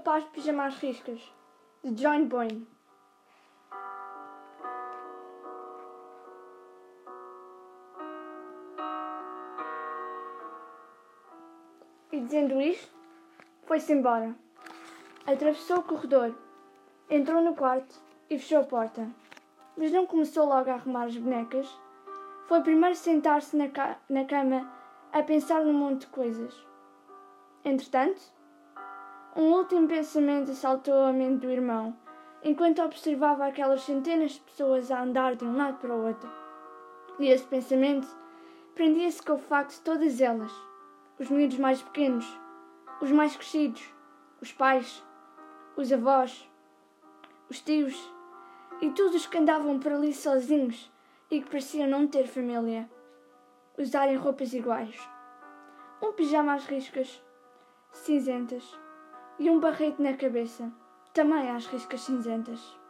para as pijamas riscas, de John Boyne. E dizendo isto, foi-se embora. Atravessou o corredor, entrou no quarto e fechou a porta. Mas não começou logo a arrumar as bonecas. Foi primeiro sentar-se na cama a pensar num monte de coisas. Entretanto, um último pensamento assaltou a mente do irmão, enquanto observava aquelas centenas de pessoas a andar de um lado para o outro. E esse pensamento prendia-se com o facto de todas elas, os miúdos mais pequenos, os mais crescidos, os pais, os avós, os tios e todos os que andavam por ali sozinhos e que pareciam não ter família, usarem roupas iguais. Um pijama às riscas, cinzentas, e um barrete na cabeça, também às riscas cinzentas.